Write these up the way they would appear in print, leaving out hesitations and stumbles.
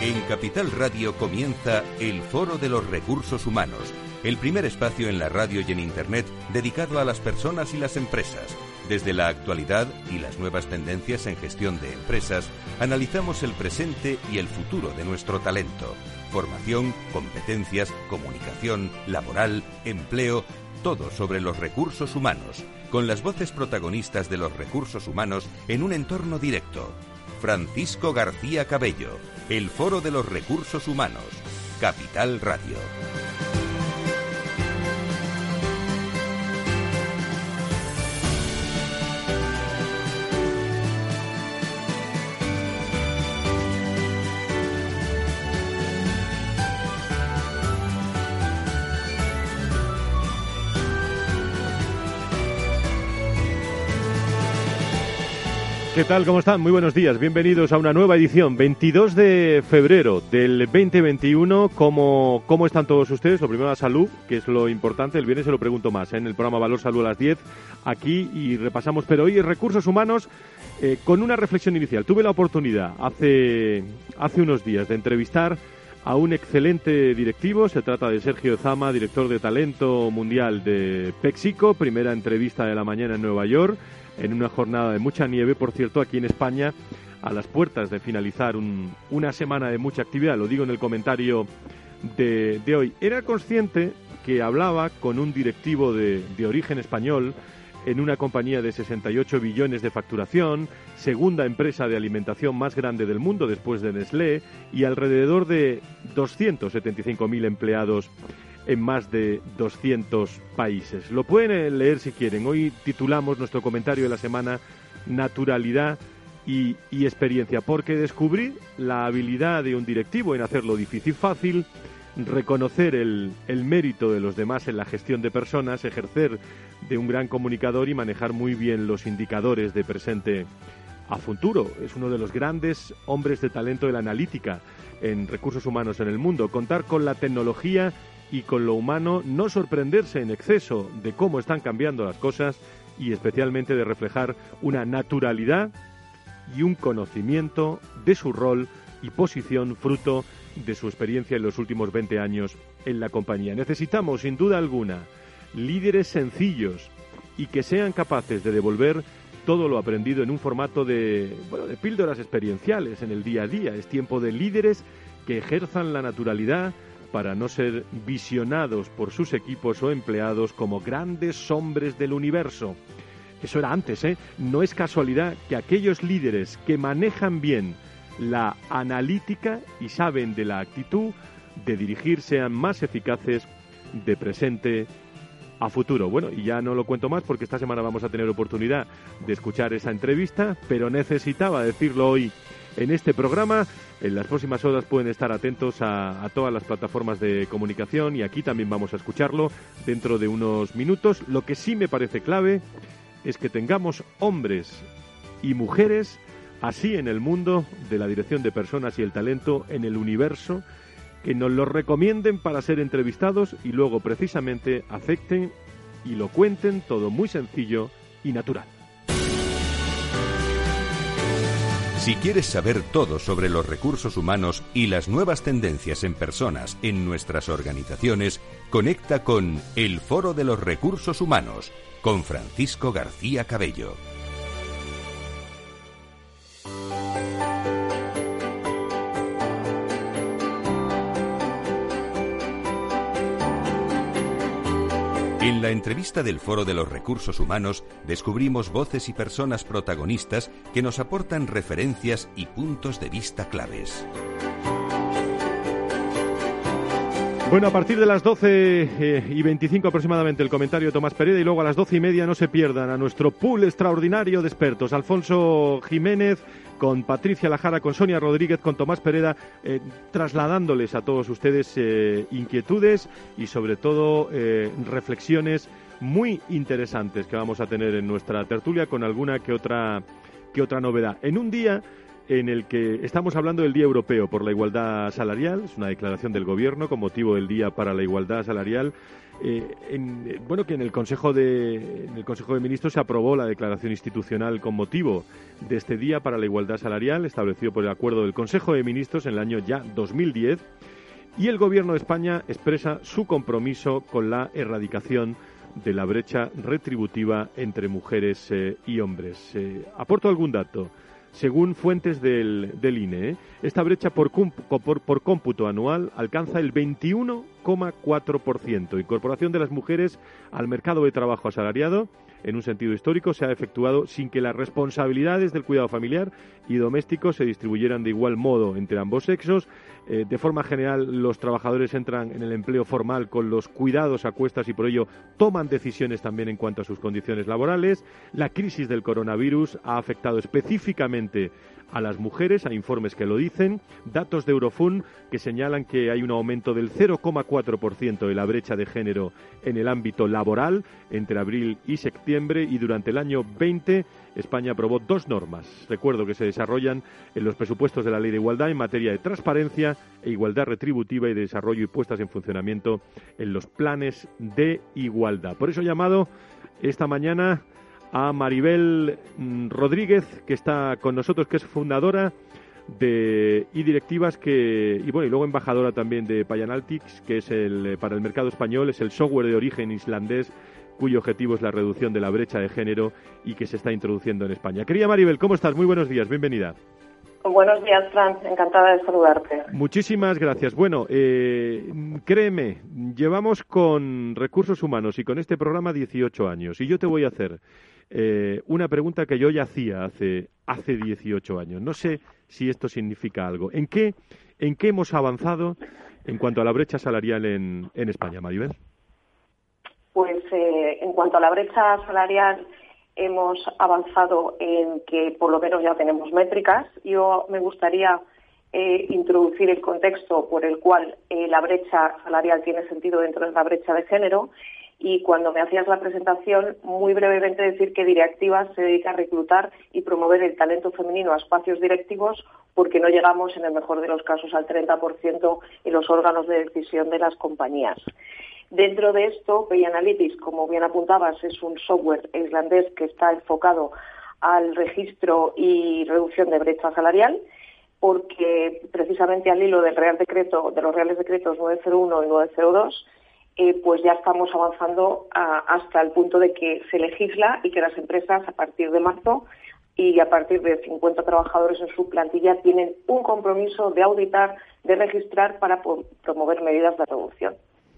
En Capital Radio comienza el Foro de los Recursos Humanos, el primer espacio en la radio y en Internet dedicado a las personas y las empresas. Desde la actualidad y las nuevas tendencias en gestión de empresas, analizamos el presente y el futuro de nuestro talento. Formación, competencias, comunicación, laboral, empleo, todo sobre los recursos humanos, con las voces protagonistas de los recursos humanos en un entorno directo. Francisco García Cabello, el Foro de los Recursos Humanos, Capital Radio. ¿Qué tal? ¿Cómo están? Muy buenos días. Bienvenidos a una nueva edición, 22 de febrero del 2021. ¿Cómo están todos ustedes? Lo primero, la salud, que es lo importante. El viernes se lo pregunto más, en el programa Valor Salud a las 10, aquí, y repasamos. Pero hoy, recursos humanos, con una reflexión inicial. Tuve la oportunidad hace unos días de entrevistar a un excelente directivo. Se trata de Sergio Zama, director de talento mundial de PepsiCo. Primera entrevista de la mañana en Nueva York, en una jornada de mucha nieve, por cierto, aquí en España, a las puertas de finalizar una semana de mucha actividad. Lo digo en el comentario de hoy. Era consciente que hablaba con un directivo de origen español en una compañía de 68 billones de facturación, segunda empresa de alimentación más grande del mundo después de Nestlé, y alrededor de 275.000 empleados en más de 200 países. Lo pueden leer si quieren. Hoy titulamos nuestro comentario de la semana Naturalidad y experiencia, porque descubrí la habilidad de un directivo en hacer lo difícil fácil, reconocer el mérito de los demás en la gestión de personas, ejercer de un gran comunicador y manejar muy bien los indicadores de presente a futuro. Es uno de los grandes hombres de talento de la analítica en recursos humanos en el mundo. Contar con la tecnología y con lo humano, no sorprenderse en exceso de cómo están cambiando las cosas y especialmente de reflejar una naturalidad y un conocimiento de su rol y posición fruto de su experiencia en los últimos 20 años en la compañía. Necesitamos, sin duda alguna, líderes sencillos y que sean capaces de devolver todo lo aprendido en un formato de píldoras experienciales en el día a día. Es tiempo de líderes que ejerzan la naturalidad para no ser visionados por sus equipos o empleados como grandes hombres del universo. Eso era antes, ¿eh? No es casualidad que aquellos líderes que manejan bien la analítica y saben de la actitud de dirigir sean más eficaces de presente a futuro. Bueno, y ya no lo cuento más porque esta semana vamos a tener oportunidad de escuchar esa entrevista, pero necesitaba decirlo hoy en este programa. En las próximas horas pueden estar atentos a todas las plataformas de comunicación y aquí también vamos a escucharlo dentro de unos minutos. Lo que sí me parece clave es que tengamos hombres y mujeres así en el mundo de la dirección de personas y el talento en el universo, que nos lo recomienden para ser entrevistados y luego precisamente acepten y lo cuenten todo muy sencillo y natural. Si quieres saber todo sobre los recursos humanos y las nuevas tendencias en personas en nuestras organizaciones, conecta con El Foro de los Recursos Humanos, con Francisco García Cabello. En la entrevista del Foro de los Recursos Humanos descubrimos voces y personas protagonistas que nos aportan referencias y puntos de vista claves. Bueno, a partir de las 12:25 aproximadamente el comentario de Tomás Pereda y luego a las 12:30 no se pierdan a nuestro pool extraordinario de expertos. Alfonso Jiménez con Patricia Lajara, con Sonia Rodríguez, con Tomás Pereda, trasladándoles a todos ustedes inquietudes y sobre todo reflexiones muy interesantes que vamos a tener en nuestra tertulia con alguna que otra novedad. En un día en el que estamos hablando del Día Europeo por la Igualdad Salarial. Es una declaración del Gobierno con motivo del Día para la Igualdad Salarial. Que en el Consejo de Ministros se aprobó la declaración institucional con motivo de este Día para la Igualdad Salarial, establecido por el acuerdo del Consejo de Ministros en el año ya 2010, y el Gobierno de España expresa su compromiso con la erradicación de la brecha retributiva entre mujeres y hombres. Aporto algún dato. Según fuentes del INE, esta brecha por cómputo anual alcanza el 21,4%. Incorporación de las mujeres al mercado de trabajo asalariado, en un sentido histórico, se ha efectuado sin que las responsabilidades del cuidado familiar y doméstico se distribuyeran de igual modo entre ambos sexos. De forma general, los trabajadores entran en el empleo formal con los cuidados a cuestas y por ello toman decisiones también en cuanto a sus condiciones laborales. La crisis del coronavirus ha afectado específicamente a las mujeres, hay informes que lo dicen, datos de Eurofund que señalan que hay un aumento del 0,4% de la brecha de género en el ámbito laboral entre abril y septiembre, y durante el año 20 España aprobó 2 normas, recuerdo, que se desarrollan en los presupuestos de la Ley de Igualdad en materia de transparencia e igualdad retributiva y de desarrollo y puestas en funcionamiento en los planes de igualdad. Por eso he llamado esta mañana a Maribel Rodríguez, que está con nosotros, que es fundadora y directivas y luego embajadora también de Payanalytics, que es para el mercado español, es el software de origen islandés cuyo objetivo es la reducción de la brecha de género y que se está introduciendo en España. Querida Maribel, ¿cómo estás? Muy buenos días, bienvenida. Buenos días, Fran, encantada de saludarte. Muchísimas gracias. Bueno, créeme, llevamos con Recursos Humanos y con este programa 18 años, y yo te voy a hacer una pregunta que yo ya hacía hace 18 años. No sé si esto significa algo. ¿En qué hemos avanzado en cuanto a la brecha salarial en España, Maribel? Pues en cuanto a la brecha salarial, hemos avanzado en que por lo menos ya tenemos métricas. Yo me gustaría introducir el contexto por el cual la brecha salarial tiene sentido dentro de la brecha de género. Y cuando me hacías la presentación, muy brevemente decir que Directivas se dedica a reclutar y promover el talento femenino a espacios directivos, porque no llegamos, en el mejor de los casos, al 30% en los órganos de decisión de las compañías. Dentro de esto, Payanalytics, como bien apuntabas, es un software islandés que está enfocado al registro y reducción de brecha salarial, porque precisamente al hilo del Real Decreto, de los Reales Decretos 901 y 902, pues ya estamos avanzando hasta el punto de que se legisla y que las empresas, a partir de marzo y a partir de 50 trabajadores en su plantilla, tienen un compromiso de auditar, de registrar para promover medidas de reducción.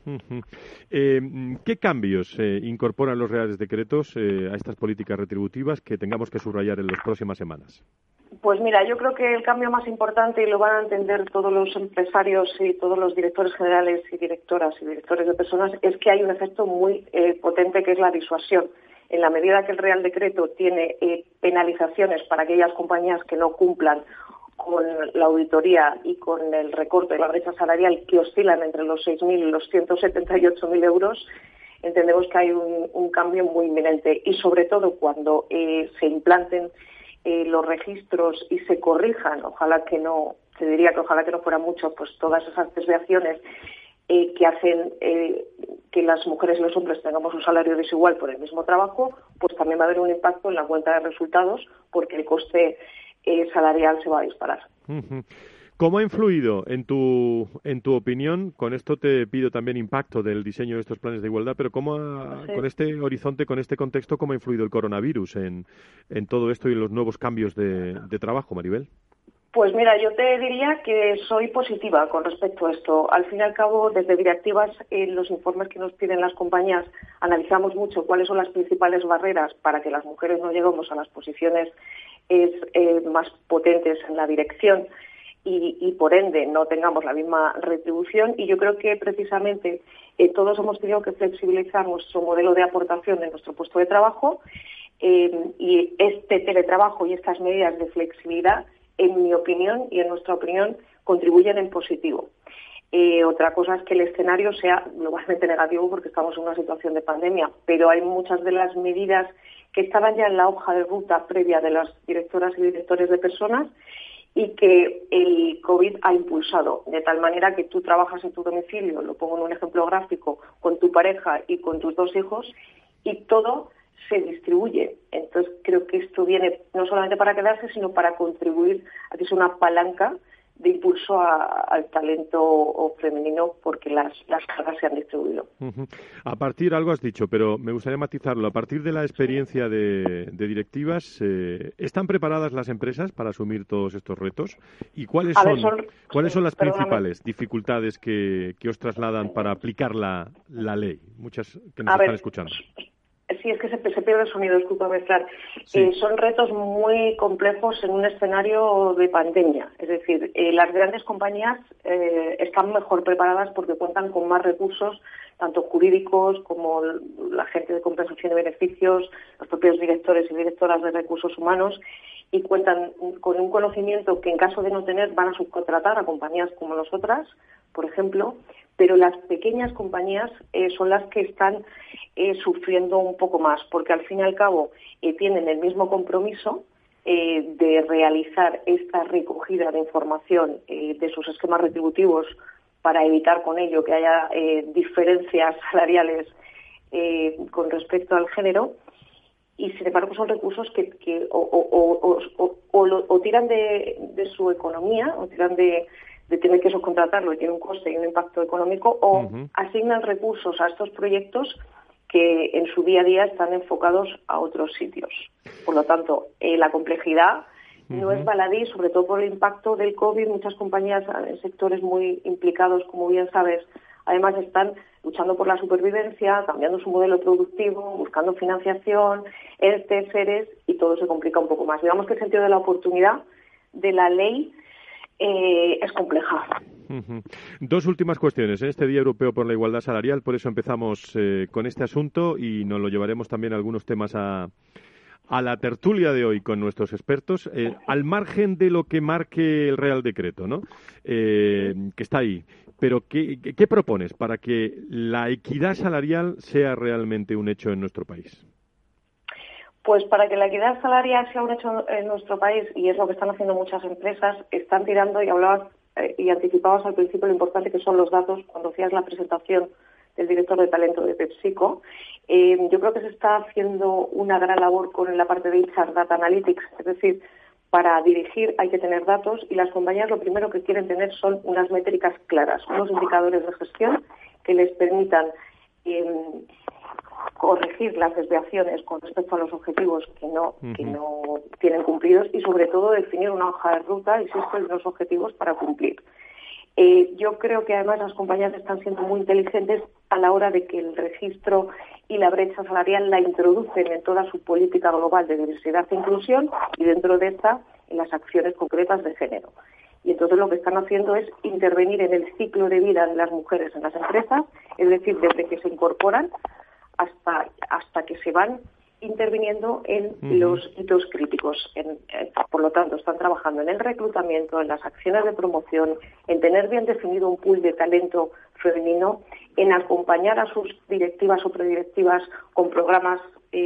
¿Qué cambios incorporan los Reales Decretos a estas políticas retributivas que tengamos que subrayar en las próximas semanas? Pues mira, yo creo que el cambio más importante, y lo van a entender todos los empresarios y todos los directores generales y directoras y directores de personas, es que hay un efecto muy potente, que es la disuasión. En la medida que el Real Decreto tiene penalizaciones para aquellas compañías que no cumplan con la auditoría y con el recorte de la brecha salarial, que oscilan entre los 6.000 y los 178.000 euros, entendemos que hay un cambio muy inminente. Y sobre todo cuando se implanten los registros y se corrijan, ojalá que no fueran mucho, pues todas esas desviaciones que hacen que las mujeres y los hombres tengamos un salario desigual por el mismo trabajo, pues también va a haber un impacto en la cuenta de resultados, porque el coste salarial se va a disparar. ¿Cómo ha influido, en tu opinión, con esto te pido también impacto del diseño de estos planes de igualdad, pero con este horizonte, con este contexto, cómo ha influido el coronavirus en todo esto y en los nuevos cambios de trabajo, Maribel? Pues mira, yo te diría que soy positiva con respecto a esto. Al fin y al cabo, desde Directivas, en los informes que nos piden las compañías, analizamos mucho cuáles son las principales barreras para que las mujeres no lleguemos a las posiciones más potentes en la dirección y por ende no tengamos la misma retribución. Y yo creo que precisamente todos hemos tenido que flexibilizar nuestro modelo de aportación en nuestro puesto de trabajo, y este teletrabajo y estas medidas de flexibilidad, en mi opinión y en nuestra opinión, contribuyen en positivo. Otra cosa es que el escenario sea globalmente negativo, porque estamos en una situación de pandemia, pero hay muchas de las medidas que estaban ya en la hoja de ruta previa de las directoras y directores de personas y que el COVID ha impulsado, de tal manera que tú trabajas en tu domicilio, lo pongo en un ejemplo gráfico, con tu pareja y con tus 2 hijos, y todo se distribuye. Entonces creo que esto viene no solamente para quedarse, sino para contribuir a que sea una palanca de impulso al talento femenino, porque las cargas se han distribuido. A partir, algo has dicho, pero me gustaría matizarlo. A partir de la experiencia de directivas, ¿están preparadas las empresas para asumir todos estos retos? ¿Y cuáles son las principales dificultades que os trasladan para aplicar la ley? Muchas que nos están escuchando. Sí, es que se pierde el sonido, discúlpame, Fran. Sí. Son retos muy complejos en un escenario de pandemia. Es decir, las grandes compañías están mejor preparadas porque cuentan con más recursos, tanto jurídicos como la gente de compensación de beneficios, los propios directores y directoras de recursos humanos, y cuentan con un conocimiento que en caso de no tener van a subcontratar a compañías como nosotras, por ejemplo, pero las pequeñas compañías son las que están sufriendo un poco más, porque al fin y al cabo tienen el mismo compromiso de realizar esta recogida de información de sus esquemas retributivos para evitar con ello que haya diferencias salariales con respecto al género, y sin embargo son recursos que tiran de su economía, o tiran de tener que subcontratarlo y tiene un coste y un impacto económico, o asignan recursos a estos proyectos que en su día a día están enfocados a otros sitios. Por lo tanto, la complejidad no es baladí, sobre todo por el impacto del COVID. Muchas compañías en sectores muy implicados, como bien sabes, además están luchando por la supervivencia, cambiando su modelo productivo, buscando financiación, ERTE, y todo se complica un poco más. Digamos que el sentido de la oportunidad de la ley es compleja. Dos últimas cuestiones. En este Día Europeo por la Igualdad Salarial, por eso empezamos con este asunto y nos lo llevaremos también algunos temas a la tertulia de hoy con nuestros expertos, al margen de lo que marque el Real Decreto, ¿no? Que está ahí. Pero ¿qué propones para que la equidad salarial sea realmente un hecho en nuestro país? Pues para que la equidad salarial sea un hecho en nuestro país, y es lo que están haciendo muchas empresas, están tirando, y hablabas y anticipabas al principio lo importante que son los datos, cuando hacías la presentación del director de talento de PepsiCo. Yo creo que se está haciendo una gran labor con la parte de HR Data Analytics, es decir, para dirigir hay que tener datos, y las compañías lo primero que quieren tener son unas métricas claras, unos indicadores de gestión que les permitan corregir las desviaciones con respecto a los objetivos que no tienen cumplidos, y sobre todo definir una hoja de ruta, insisto, en los objetivos para cumplir. Yo creo que además las compañías están siendo muy inteligentes a la hora de que el registro y la brecha salarial la introducen en toda su política global de diversidad e inclusión, y dentro de esta en las acciones concretas de género. Y entonces lo que están haciendo es intervenir en el ciclo de vida de las mujeres en las empresas, es decir, desde que se incorporan hasta que se van interviniendo en los hitos críticos. Por lo tanto, están trabajando en el reclutamiento, en las acciones de promoción, en tener bien definido un pool de talento femenino, en acompañar a sus directivas o predirectivas con programas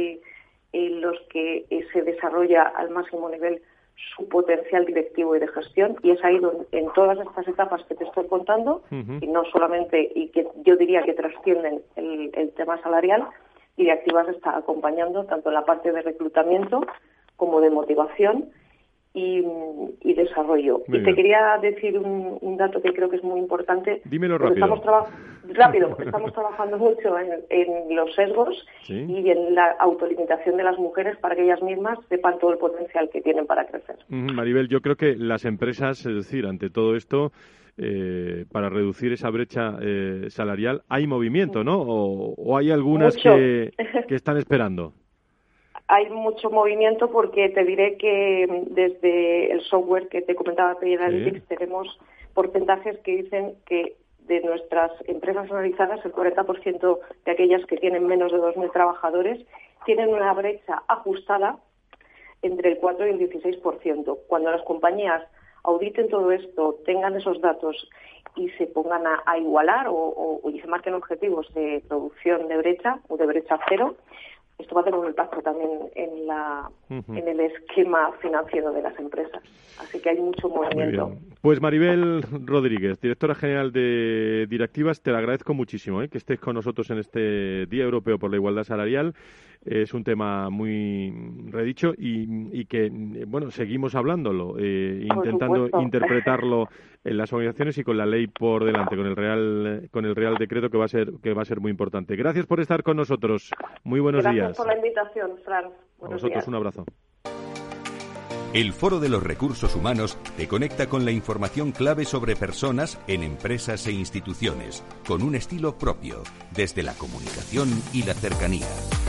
en los que se desarrolla al máximo nivel su potencial directivo y de gestión, y es ahí donde, en todas estas etapas que te estoy contando, y no solamente, y que yo diría que trascienden el tema salarial, Directivas está acompañando tanto en la parte de reclutamiento como de motivación y desarrollo. Muy y bien. Te quería decir un dato que creo que es muy importante. Dímelo rápido. Estamos trabajando mucho en los sesgos, ¿Sí? y en la autolimitación de las mujeres para que ellas mismas sepan todo el potencial que tienen para crecer. Maribel, yo creo que las empresas, es decir, ante todo esto, para reducir esa brecha salarial, hay movimiento, ¿no? ¿O hay algunas que están esperando? Hay mucho movimiento, porque te diré que desde el software que te comentaba, Pay Analytics, tenemos porcentajes que dicen que de nuestras empresas analizadas, el 40% de aquellas que tienen menos de 2.000 trabajadores tienen una brecha ajustada entre el 4 y el 16%. Cuando las compañías auditen todo esto, tengan esos datos y se pongan a igualar o se marquen objetivos de reducción de brecha o de brecha cero, esto va a tener un impacto también en el esquema financiero de las empresas. Así que hay mucho movimiento. Muy bien. Pues Maribel Rodríguez, directora general de Directivas, te lo agradezco muchísimo que estés con nosotros en este Día Europeo por la Igualdad Salarial. Es un tema muy redicho y que, bueno, seguimos hablándolo, intentando interpretarlo en las organizaciones y con la ley por delante, con el Real Decreto que va a ser muy importante. Gracias por estar con nosotros. Muy buenos días. Gracias por la invitación, Fran. A vosotros un abrazo. El Foro de los Recursos Humanos te conecta con la información clave sobre personas en empresas e instituciones, con un estilo propio, desde la comunicación y la cercanía.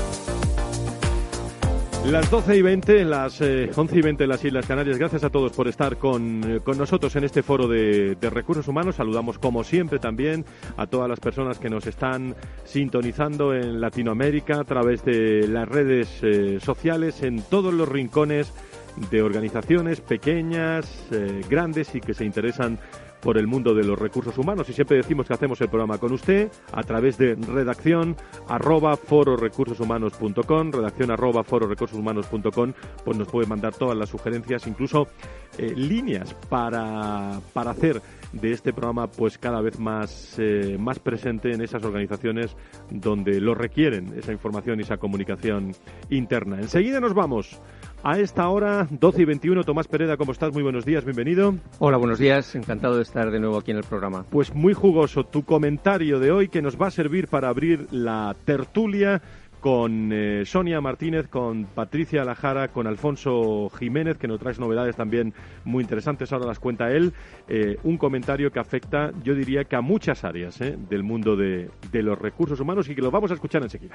Las 12:20, las 11:20 en las Islas Canarias. Gracias a todos por estar con nosotros en este foro de recursos humanos. Saludamos como siempre también a todas las personas que nos están sintonizando en Latinoamérica a través de las redes sociales, en todos los rincones de organizaciones pequeñas, grandes y que se interesan por el mundo de los recursos humanos. Y siempre decimos que hacemos el programa con usted a través de redacción@fororecursoshumanos.com, redacción@fororecursoshumanos.com, pues nos puede mandar todas las sugerencias, incluso líneas para hacer de este programa pues cada vez más presente en esas organizaciones donde lo requieren, esa información y esa comunicación interna. Enseguida nos vamos. A esta hora, 12:21, Tomás Pereda, ¿cómo estás? Muy buenos días, bienvenido. Hola, buenos días, encantado de estar de nuevo aquí en el programa. Pues muy jugoso tu comentario de hoy, que nos va a servir para abrir la tertulia con Sonia Martínez, con Patricia Lajara, con Alfonso Jiménez, que nos trae novedades también muy interesantes, ahora las cuenta él. Un comentario que afecta, yo diría que a muchas áreas del mundo de los recursos humanos y que lo vamos a escuchar enseguida.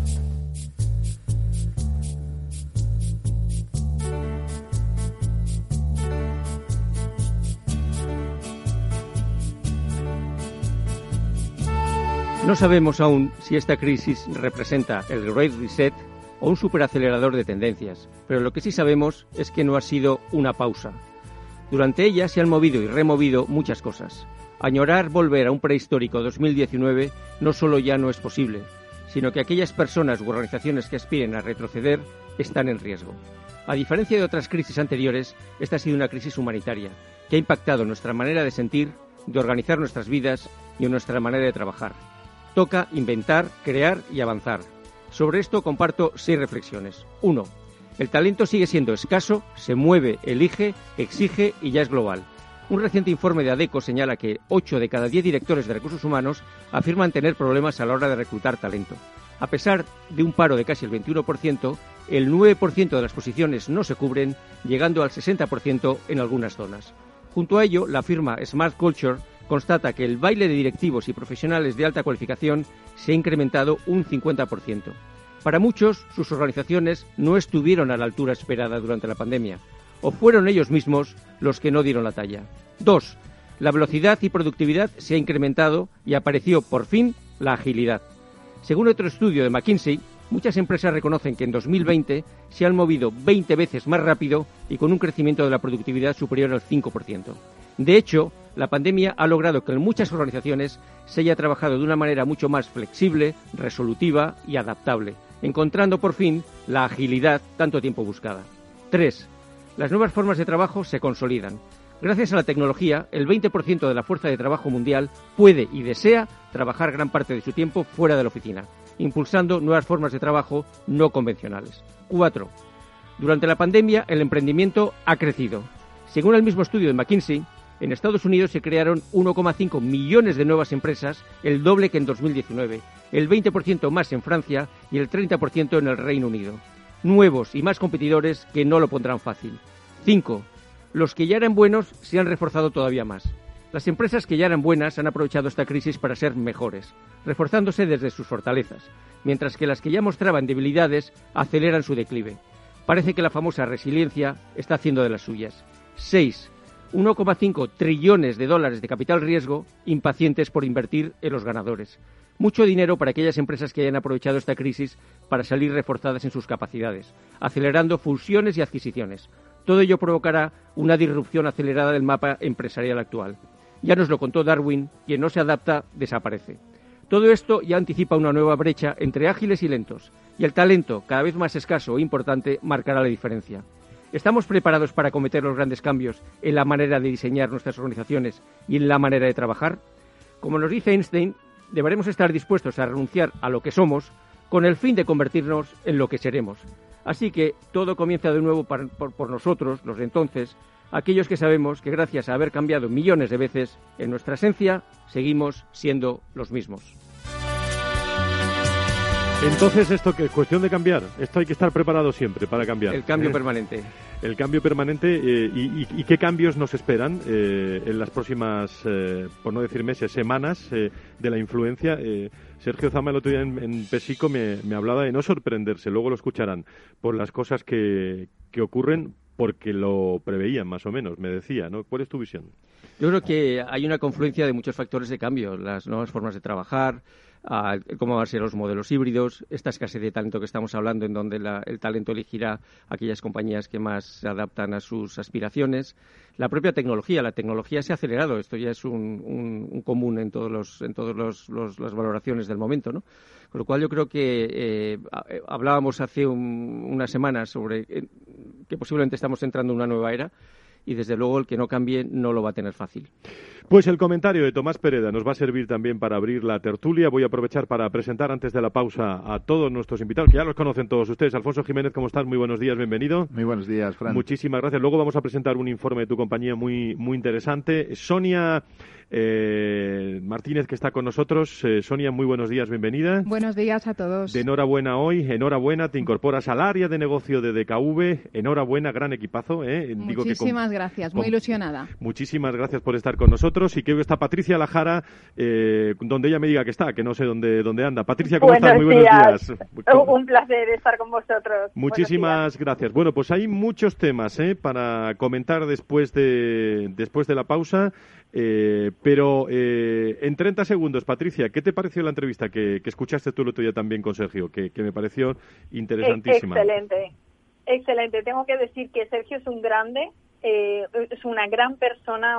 No sabemos aún si esta crisis representa el Great Reset o un superacelerador de tendencias, pero lo que sí sabemos es que no ha sido una pausa. Durante ella se han movido y removido muchas cosas. Añorar volver a un prehistórico 2019 no solo ya no es posible, sino que aquellas personas u organizaciones que aspiren a retroceder están en riesgo. A diferencia de otras crisis anteriores, esta ha sido una crisis humanitaria, que ha impactado en nuestra manera de sentir, de organizar nuestras vidas y en nuestra manera de trabajar. Toca inventar, crear y avanzar. Sobre esto comparto 6 reflexiones. 1. El talento sigue siendo escaso, se mueve, elige, exige y ya es global. Un reciente informe de ADECO señala que 8 de cada 10 directores de recursos humanos afirman tener problemas a la hora de reclutar talento. A pesar de un paro de casi el 21%, el 9% de las posiciones no se cubren, llegando al 60% en algunas zonas. Junto a ello, la firma Smart Culture constata que el baile de directivos y profesionales de alta cualificación se ha incrementado un 50%. Para muchos, sus organizaciones no estuvieron a la altura esperada durante la pandemia, o fueron ellos mismos los que no dieron la talla. 2. La velocidad y productividad se ha incrementado y apareció, por fin, la agilidad. Según otro estudio de McKinsey, muchas empresas reconocen que en 2020 se han movido 20 veces más rápido y con un crecimiento de la productividad superior al 5%. De hecho, la pandemia ha logrado que en muchas organizaciones se haya trabajado de una manera mucho más flexible, resolutiva y adaptable, encontrando por fin la agilidad tanto tiempo buscada. 3. Las nuevas formas de trabajo se consolidan. Gracias a la tecnología, el 20% de la fuerza de trabajo mundial puede y desea trabajar gran parte de su tiempo fuera de la oficina, impulsando nuevas formas de trabajo no convencionales. 4. Durante la pandemia, el emprendimiento ha crecido. Según el mismo estudio de McKinsey, en Estados Unidos se crearon 1,5 millones de nuevas empresas, el doble que en 2019, el 20% más en Francia y el 30% en el Reino Unido. Nuevos y más competidores que no lo pondrán fácil. 5. Los que ya eran buenos se han reforzado todavía más. Las empresas que ya eran buenas han aprovechado esta crisis para ser mejores, reforzándose desde sus fortalezas, mientras que las que ya mostraban debilidades aceleran su declive. Parece que la famosa resiliencia está haciendo de las suyas. 6. 1,5 trillones de dólares de capital riesgo impacientes por invertir en los ganadores. Mucho dinero para aquellas empresas que hayan aprovechado esta crisis para salir reforzadas en sus capacidades, acelerando fusiones y adquisiciones. Todo ello provocará una disrupción acelerada del mapa empresarial actual. Ya nos lo contó Darwin, quien no se adapta, desaparece. Todo esto ya anticipa una nueva brecha entre ágiles y lentos, y el talento, cada vez más escaso e importante, marcará la diferencia. ¿Estamos preparados para acometer los grandes cambios en la manera de diseñar nuestras organizaciones y en la manera de trabajar? Como nos dice Einstein, deberemos estar dispuestos a renunciar a lo que somos con el fin de convertirnos en lo que seremos. Así que todo comienza de nuevo por nosotros, los de entonces, aquellos que sabemos que gracias a haber cambiado millones de veces, en nuestra esencia seguimos siendo los mismos. Entonces, ¿esto qué es? ¿Cuestión de cambiar? Esto hay que estar preparado siempre para cambiar. El cambio permanente. El cambio permanente. ¿Y qué cambios nos esperan en las próximas, por no decir meses, semanas de la influencia? Sergio Zama el otro día en Pesico me hablaba de no sorprenderse, luego lo escucharán, por las cosas que ocurren, porque lo preveían más o menos, me decía, ¿no? ¿Cuál es tu visión? Yo creo que hay una confluencia de muchos factores de cambio, las nuevas formas de trabajar, cómo van a ser los modelos híbridos, esta escasez de talento que estamos hablando, en donde el talento elegirá aquellas compañías que más se adaptan a sus aspiraciones. La propia tecnología, la tecnología se ha acelerado, esto ya es un común en todas las valoraciones del momento, ¿no? Con lo cual yo creo que hablábamos hace unas semanas sobre que posiblemente estamos entrando en una nueva era, y desde luego el que no cambie no lo va a tener fácil. Pues el comentario de Tomás Pereda nos va a servir también para abrir la tertulia. Voy a aprovechar para presentar antes de la pausa a todos nuestros invitados, que ya los conocen todos ustedes. Alfonso Jiménez, ¿cómo estás? Muy buenos días, bienvenido. Muy buenos días, Fran. Muchísimas gracias. Luego vamos a presentar un informe de tu compañía muy interesante. Sonia Martínez, que está con nosotros. Sonia, muy buenos días, bienvenida. Buenos días a todos. De enhorabuena hoy, enhorabuena, te incorporas al área de negocio de DKV, enhorabuena, gran equipazo. Muchísimas gracias, muy ilusionada. Muchísimas gracias por estar con nosotros, y que hoy está Patricia Lajara, donde ella me diga que está, que no sé dónde anda. Patricia, ¿cómo estás? Muy buenos días. Un placer estar con vosotros. Muchísimas gracias. Bueno, pues hay muchos temas para comentar después de la pausa. Pero en 30 segundos, Patricia, ¿qué te pareció la entrevista que escuchaste tú el otro día también con Sergio? Que me pareció interesantísima. Excelente. Tengo que decir que Sergio es un grande, es una gran persona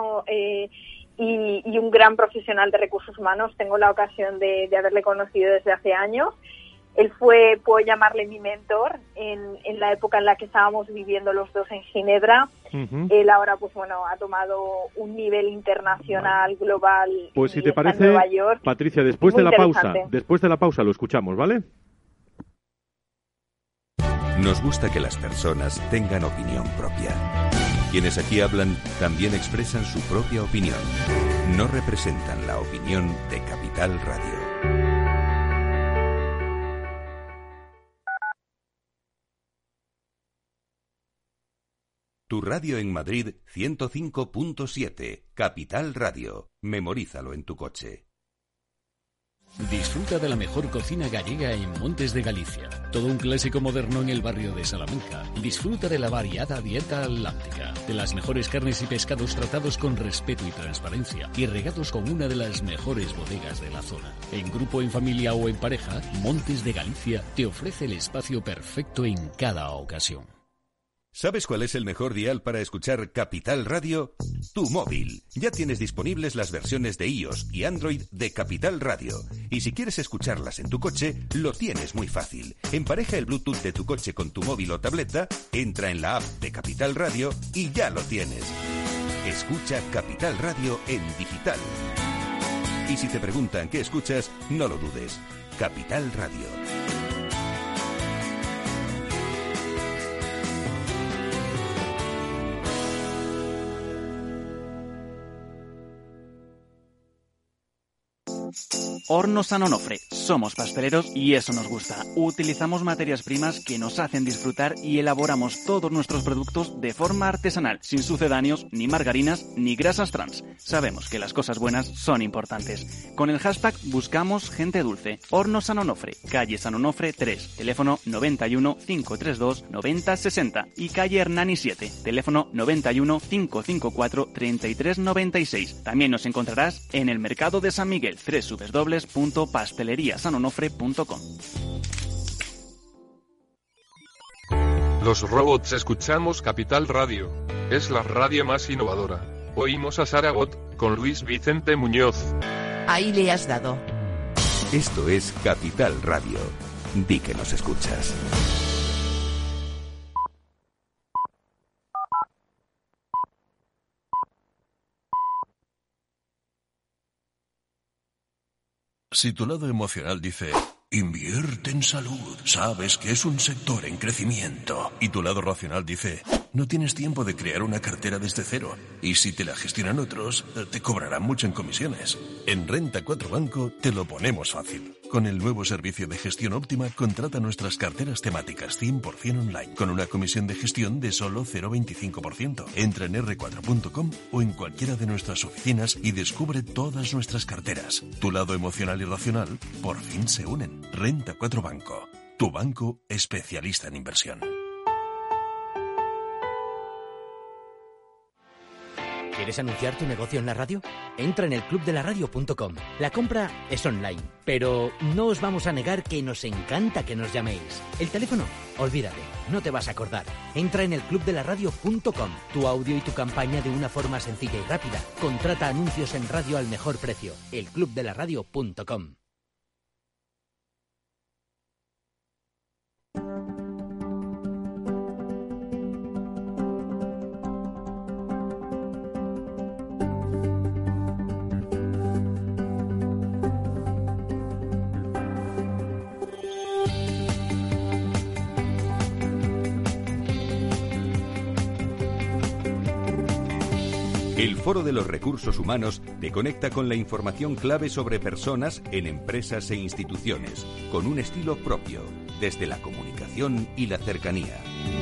y un gran profesional de recursos humanos. Tengo la ocasión de haberle conocido desde hace años. Él fue, puedo llamarle mi mentor, en la época en la que estábamos viviendo los dos en Ginebra. Uh-huh. Él ahora, pues bueno, ha tomado un nivel internacional, global. Pues si te parece, en Nueva York. Patricia, después de la pausa lo escuchamos, ¿vale? Nos gusta que las personas tengan opinión propia. Quienes aquí hablan también expresan su propia opinión. No representan la opinión de Capital Radio. Tu radio en Madrid 105.7, Capital Radio. Memorízalo en tu coche. Disfruta de la mejor cocina gallega en Montes de Galicia. Todo un clásico moderno en el barrio de Salamanca. Disfruta de la variada dieta atlántica, de las mejores carnes y pescados tratados con respeto y transparencia y regados con una de las mejores bodegas de la zona. En grupo, en familia o en pareja, Montes de Galicia te ofrece el espacio perfecto en cada ocasión. ¿Sabes cuál es el mejor dial para escuchar Capital Radio? Tu móvil. Ya tienes disponibles las versiones de iOS y Android de Capital Radio. Y si quieres escucharlas en tu coche, lo tienes muy fácil. Empareja el Bluetooth de tu coche con tu móvil o tableta, entra en la app de Capital Radio y ya lo tienes. Escucha Capital Radio en digital. Y si te preguntan qué escuchas, no lo dudes. Capital Radio. Hornos San Onofre. Somos pasteleros y eso nos gusta. Utilizamos materias primas que nos hacen disfrutar y elaboramos todos nuestros productos de forma artesanal, sin sucedáneos, ni margarinas, ni grasas trans. Sabemos que las cosas buenas son importantes. Con el hashtag buscamos gente dulce. Hornos San Onofre, calle San Onofre 3, teléfono 91 532 9060 y calle Hernani 7, teléfono 91 554 3396. También nos encontrarás en el mercado de San Miguel, www.pasteleriasanonofre.com. Los robots escuchamos Capital Radio. Es la radio más innovadora. Oímos a Saragot, con Luis Vicente Muñoz. Ahí le has dado. Esto es Capital Radio. Di que nos escuchas. Si tu lado emocional dice, invierte en salud, sabes que es un sector en crecimiento, y tu lado racional dice, no tienes tiempo de crear una cartera desde cero, y si te la gestionan otros, te cobrarán mucho en comisiones. En Renta 4 Banco te lo ponemos fácil. Con el nuevo servicio de gestión óptima, contrata nuestras carteras temáticas 100% online, con una comisión de gestión de solo 0,25%. Entra en r4.com o en cualquiera de nuestras oficinas y descubre todas nuestras carteras. Tu lado emocional y racional por fin se unen. Renta 4 Banco, tu banco especialista en inversión. ¿Quieres anunciar tu negocio en la radio? Entra en elclubdelaradio.com. La compra es online, pero no os vamos a negar que nos encanta que nos llaméis. El teléfono, olvídate, no te vas a acordar. Entra en elclubdelaradio.com. Tu audio y tu campaña de una forma sencilla y rápida. Contrata anuncios en radio al mejor precio. elclubdelaradio.com. El Foro de los Recursos Humanos te conecta con la información clave sobre personas en empresas e instituciones, con un estilo propio, desde la comunicación y la cercanía.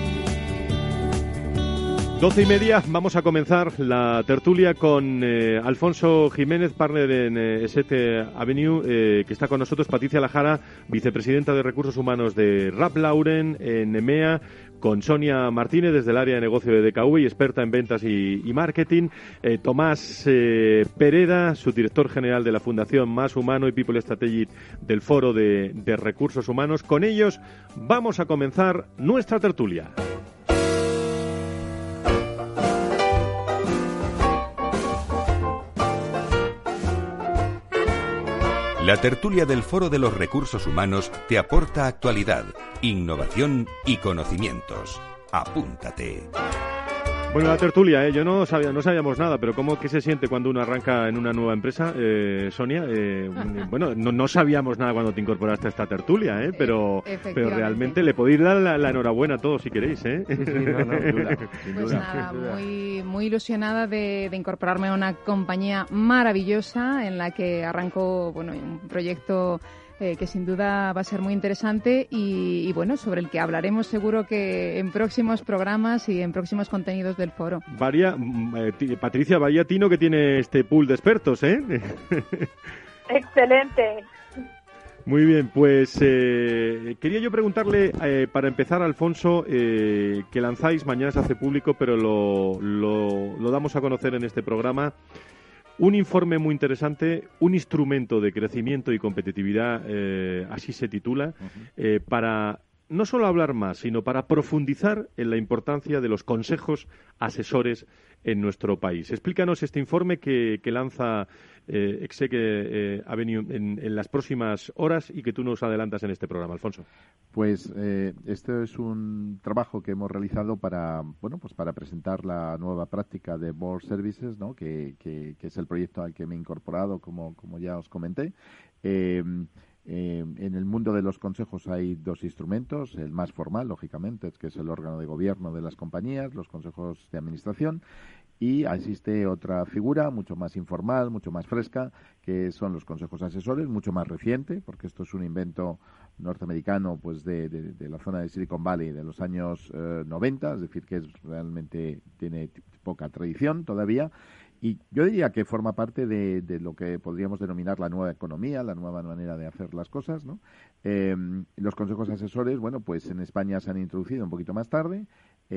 12:30, vamos a comenzar la tertulia con Alfonso Jiménez, partner en ESET Avenue, que está con nosotros, Patricia Lajara, vicepresidenta de Recursos Humanos de Ralph Lauren en EMEA, con Sonia Martínez desde el área de negocio de DKV y experta en ventas y marketing, Tomás Pereda, subdirector general de la Fundación Más Humano y People Strategy del Foro de Recursos Humanos. Con ellos vamos a comenzar nuestra tertulia. La tertulia del Foro de los Recursos Humanos te aporta actualidad, innovación y conocimientos. Apúntate. Bueno, la tertulia, yo no sabíamos nada, pero ¿cómo que se siente cuando uno arranca en una nueva empresa, Sonia? Bueno, no sabíamos nada cuando te incorporaste a esta tertulia, pero realmente le podéis dar la enhorabuena a todos si queréis, Sí, sin duda. Pues nada, muy ilusionada de incorporarme a una compañía maravillosa en la que arranco, un proyecto que sin duda va a ser muy interesante y bueno, sobre el que hablaremos seguro que en próximos programas y en próximos contenidos del foro. Patricia, vaya tino que tiene este pool de expertos, ¿eh? Excelente. Muy bien, pues quería yo preguntarle, para empezar, Alfonso, que lanzáis, mañana se hace público, pero lo damos a conocer en este programa, un informe muy interesante, un instrumento de crecimiento y competitividad, así se titula, para no solo hablar más, sino para profundizar en la importancia de los consejos asesores en nuestro país. Explícanos este informe que lanza ESET Avenue en las próximas horas y que tú nos adelantas en este programa, Alfonso. Pues este es un trabajo que hemos realizado para presentar la nueva práctica de Board Services, ¿no? que es el proyecto al que me he incorporado, como ya os comenté. En el mundo de los consejos hay dos instrumentos, el más formal, lógicamente, que es el órgano de gobierno de las compañías, los consejos de administración, y existe otra figura mucho más informal, mucho más fresca, que son los consejos asesores, mucho más reciente, porque esto es un invento norteamericano pues de la zona de Silicon Valley de los años 90, es decir, que realmente tiene poca tradición todavía. Y yo diría que forma parte de lo que podríamos denominar la nueva economía, la nueva manera de hacer las cosas, ¿no? Los consejos asesores, pues en España se han introducido un poquito más tarde.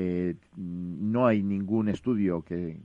No hay ningún estudio que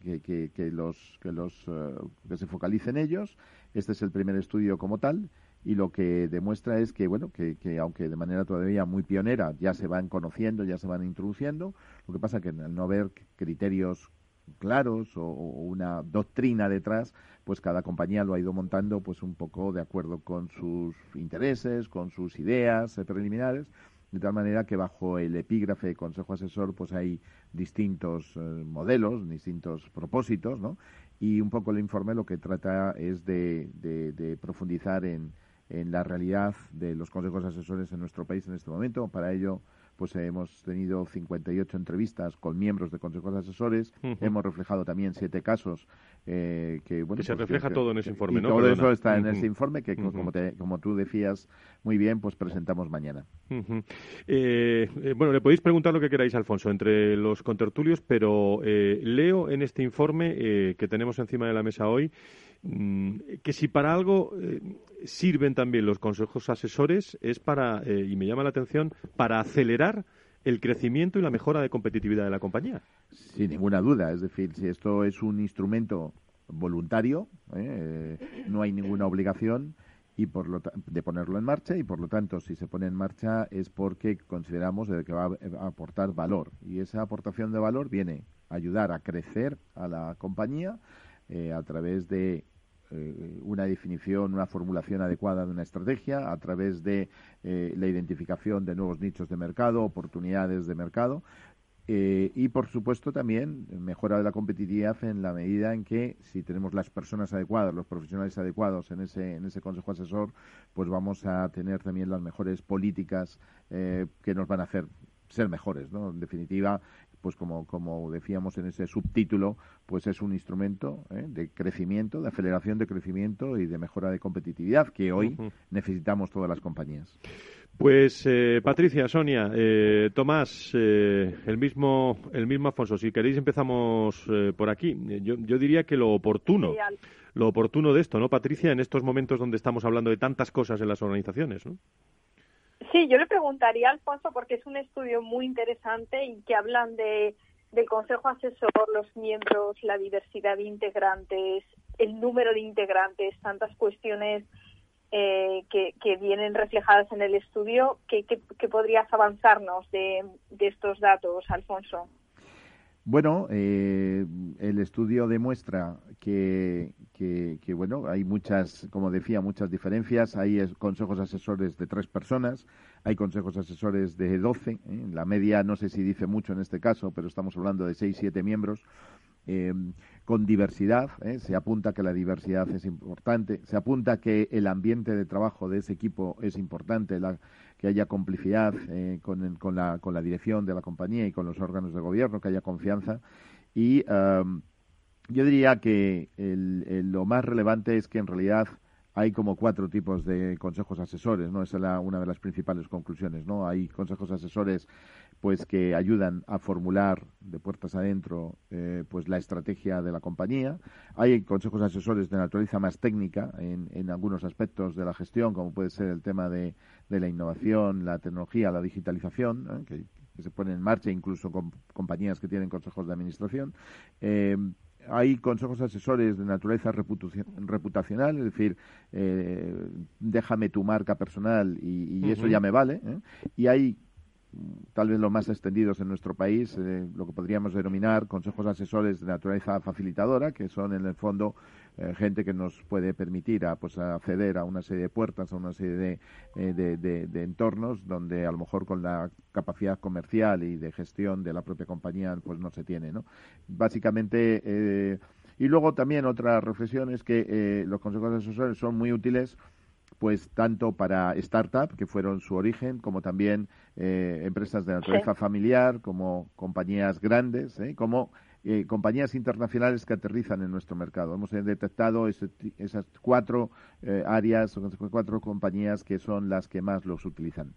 se focalice en ellos. Este es el primer estudio como tal. Y lo que demuestra es que aunque de manera todavía muy pionera ya se van conociendo, ya se van introduciendo, lo que pasa que al no haber criterios claros o una doctrina detrás, pues cada compañía lo ha ido montando pues un poco de acuerdo con sus intereses, con sus ideas preliminares, de tal manera que bajo el epígrafe Consejo Asesor pues hay distintos modelos, distintos propósitos, ¿no? Y un poco el informe lo que trata es de profundizar en la realidad de los consejos asesores en nuestro país en este momento. Para ello pues hemos tenido 58 entrevistas con miembros de consejos asesores, hemos reflejado también 7 casos que se refleja todo en ese informe, ¿no? Todo eso está en ese informe que, como tú decías muy bien, pues presentamos mañana. Bueno, le podéis preguntar lo que queráis, Alfonso, entre los contertulios, pero leo en este informe que tenemos encima de la mesa hoy que si para algo sirven también los consejos asesores es para, y me llama la atención, para acelerar el crecimiento y la mejora de competitividad de la compañía. Sin ninguna duda, es decir, si esto es un instrumento voluntario, no hay ninguna obligación de ponerlo en marcha, y por lo tanto si se pone en marcha es porque consideramos que va a aportar valor, y esa aportación de valor viene a ayudar a crecer a la compañía a través de una definición, una formulación adecuada de una estrategia, a través de la identificación de nuevos nichos de mercado, oportunidades de mercado, y por supuesto también mejora de la competitividad en la medida en que si tenemos las personas adecuadas, los profesionales adecuados en ese consejo asesor, pues vamos a tener también las mejores políticas que nos van a hacer ser mejores, ¿no? En definitiva, pues como decíamos en ese subtítulo, pues es un instrumento de crecimiento, de aceleración de crecimiento y de mejora de competitividad que hoy necesitamos todas las compañías. Pues Patricia, Sonia, Tomás, el mismo Alfonso, si queréis empezamos por aquí. Yo diría que lo oportuno de esto, ¿no, Patricia? En estos momentos donde estamos hablando de tantas cosas en las organizaciones, ¿no? Sí, yo le preguntaría a Alfonso, porque es un estudio muy interesante y que hablan del Consejo Asesor, los miembros, la diversidad de integrantes, el número de integrantes, tantas cuestiones que vienen reflejadas en el estudio. ¿Qué podrías avanzarnos de estos datos, Alfonso? Bueno, el estudio demuestra que bueno, hay muchas, como decía, muchas diferencias. Hay consejos asesores de 3 personas, hay consejos asesores de 12. La media no sé si dice mucho en este caso, pero estamos hablando de 6-7 miembros. Con diversidad, se apunta que la diversidad es importante, se apunta que el ambiente de trabajo de ese equipo es importante, que haya complicidad con la dirección de la compañía y con los órganos de gobierno, que haya confianza. Y yo diría que lo más relevante es que en realidad hay como 4 tipos de consejos asesores, ¿no? Esa es una de las principales conclusiones, ¿no? Hay consejos asesores pues que ayudan a formular de puertas adentro pues la estrategia de la compañía. Hay consejos asesores de naturaleza más técnica en algunos aspectos de la gestión, como puede ser el tema de la innovación, la tecnología, la digitalización, que se pone en marcha incluso con compañías que tienen consejos de administración. Hay consejos asesores de naturaleza reputacional, es decir, déjame tu marca personal y eso ya me vale. Y hay, tal vez los más extendidos en nuestro país, lo que podríamos denominar consejos asesores de naturaleza facilitadora, que son en el fondo gente que nos puede permitir acceder a una serie de puertas, a una serie de entornos donde a lo mejor con la capacidad comercial y de gestión de la propia compañía pues no se tiene, ¿no? Básicamente, y luego también otra reflexión es que los consejos asesores son muy útiles pues tanto para startup, que fueron su origen, como también empresas de naturaleza familiar, como compañías grandes, como compañías internacionales que aterrizan en nuestro mercado. Hemos detectado esas 4 áreas, 4 compañías que son las que más los utilizan.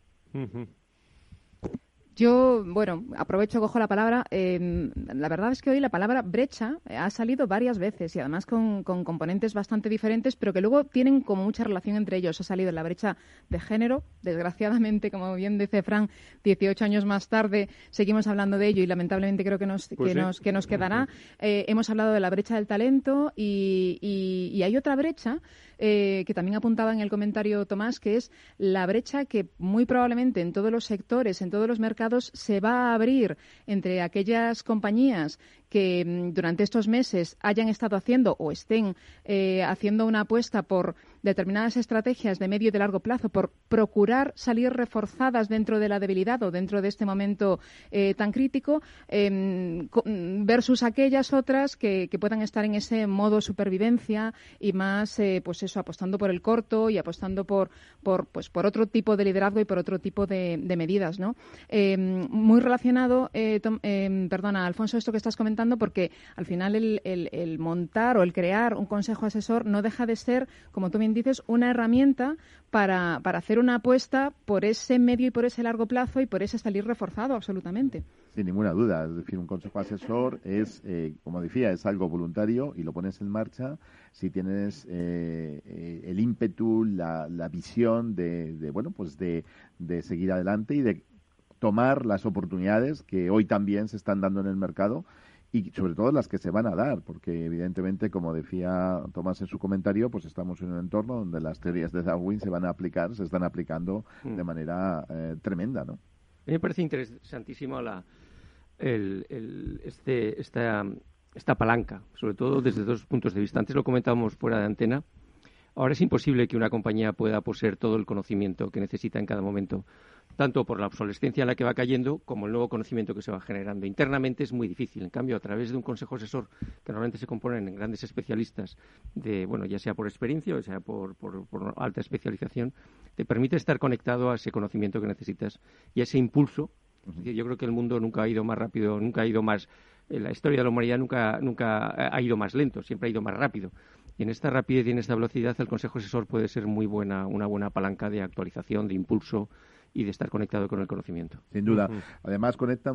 Yo, bueno, aprovecho, cojo la palabra. La verdad es que hoy la palabra brecha ha salido varias veces y además con componentes bastante diferentes, pero que luego tienen como mucha relación entre ellos. Ha salido la brecha de género, desgraciadamente, como bien dice Fran, 18 años más tarde seguimos hablando de ello y lamentablemente creo que nos quedará. Hemos hablado de la brecha del talento y hay otra brecha que también apuntaba en el comentario Tomás, que es la brecha que muy probablemente en todos los sectores, en todos los mercados, se va a abrir entre aquellas compañías que durante estos meses hayan estado haciendo o estén haciendo una apuesta por determinadas estrategias de medio y de largo plazo, por procurar salir reforzadas dentro de la debilidad o dentro de este momento tan crítico, versus aquellas otras que puedan estar en ese modo supervivencia y más, pues eso, apostando por el corto y apostando por otro tipo de liderazgo y por otro tipo de medidas, ¿no? Muy relacionado, Alfonso, esto que estás comentando, porque al final el montar o el crear un consejo asesor no deja de ser, como tú bien dices, una herramienta para hacer una apuesta por ese medio y por ese largo plazo y por ese salir reforzado, absolutamente. Sin ninguna duda. Es decir, un consejo asesor es, como decía, es algo voluntario y lo pones en marcha si tienes el ímpetu, la visión de seguir adelante y de tomar las oportunidades que hoy también se están dando en el mercado y sobre todo las que se van a dar, porque evidentemente, como decía Tomás en su comentario, pues estamos en un entorno donde las teorías de Darwin se están aplicando de manera tremenda, ¿no? A mí me parece interesantísimo esta palanca, sobre todo desde dos puntos de vista. Antes lo comentábamos fuera de antena. Ahora es imposible que una compañía pueda poseer todo el conocimiento que necesita en cada momento, tanto por la obsolescencia en la que va cayendo como el nuevo conocimiento que se va generando. Internamente es muy difícil. En cambio, a través de un consejo asesor, que normalmente se componen en grandes especialistas, ya sea por experiencia o sea por alta especialización, te permite estar conectado a ese conocimiento que necesitas y a ese impulso. Es decir, yo creo que el mundo nunca ha ido más rápido, nunca ha ido más... La historia de la humanidad nunca ha ido más lento, siempre ha ido más rápido. Y en esta rapidez y en esta velocidad el consejo asesor puede ser una buena palanca de actualización, de impulso y de estar conectado con el conocimiento. Sin duda. Además, conecta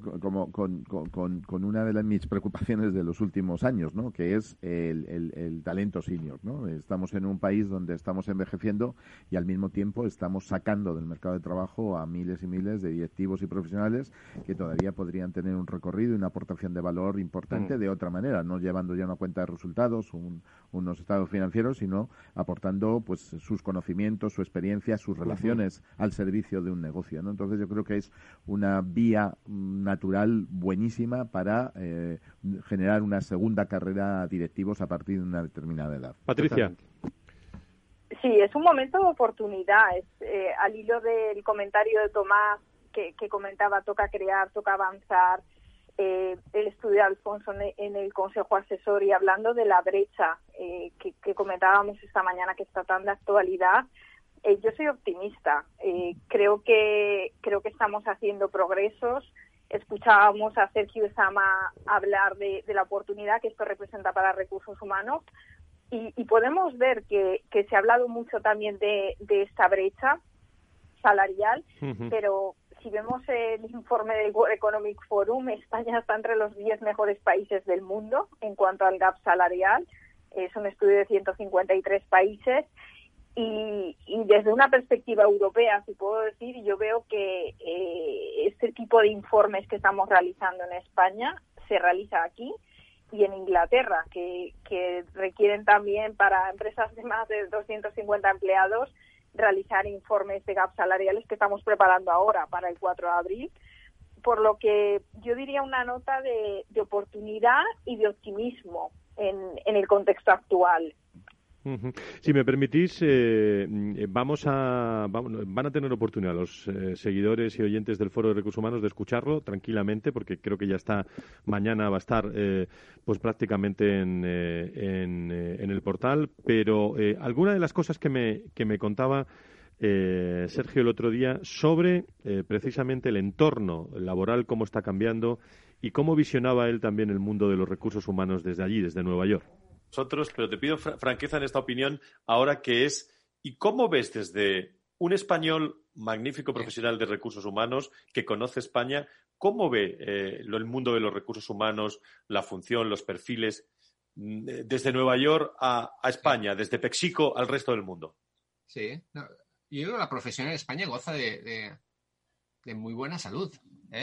con una de mis preocupaciones de los últimos años, ¿no? Que es el talento senior, ¿no? Estamos en un país donde estamos envejeciendo y al mismo tiempo estamos sacando del mercado de trabajo a miles y miles de directivos y profesionales que todavía podrían tener un recorrido y una aportación de valor importante de otra manera, no llevando ya una cuenta de resultados, unos estados financieros, sino aportando pues sus conocimientos, su experiencia, sus relaciones al servicio de un negocio, ¿no? Entonces yo creo que es una vía natural buenísima para generar una segunda carrera a directivos a partir de una determinada edad. Patricia. Sí, es un momento de oportunidad. Al hilo del comentario de Tomás que comentaba, toca crear, toca avanzar, el estudio de Alfonso en el Consejo Asesor y hablando de la brecha que comentábamos esta mañana, que está tan de actualidad. Yo soy optimista. Creo que estamos haciendo progresos. Escuchábamos a Sergio Esama hablar de la oportunidad que esto representa para recursos humanos y podemos ver que se ha hablado mucho también de esta brecha salarial, pero si vemos el informe del World Economic Forum, España está entre los 10 mejores países del mundo en cuanto al gap salarial. Es un estudio de 153 países. Y desde una perspectiva europea, si puedo decir, yo veo que este tipo de informes que estamos realizando en España se realiza aquí y en Inglaterra, que requieren también para empresas de más de 250 empleados realizar informes de gap salariales que estamos preparando ahora para el 4 de abril. Por lo que yo diría una nota de oportunidad y de optimismo en el contexto actual. Si me permitís, van a tener oportunidad los seguidores y oyentes del Foro de Recursos Humanos de escucharlo tranquilamente, porque creo que ya está, mañana va a estar pues prácticamente en el portal, pero alguna de las cosas que me contaba Sergio el otro día sobre precisamente el entorno laboral, cómo está cambiando y cómo visionaba él también el mundo de los recursos humanos desde allí, desde Nueva York. Pero te pido franqueza en esta opinión ahora que es, ¿y cómo ves desde un español magnífico profesional de recursos humanos que conoce España, cómo ve el mundo de los recursos humanos, la función, los perfiles, desde Nueva York a España, desde Pexico al resto del mundo? Sí, yo creo que la profesión en España goza de muy buena salud,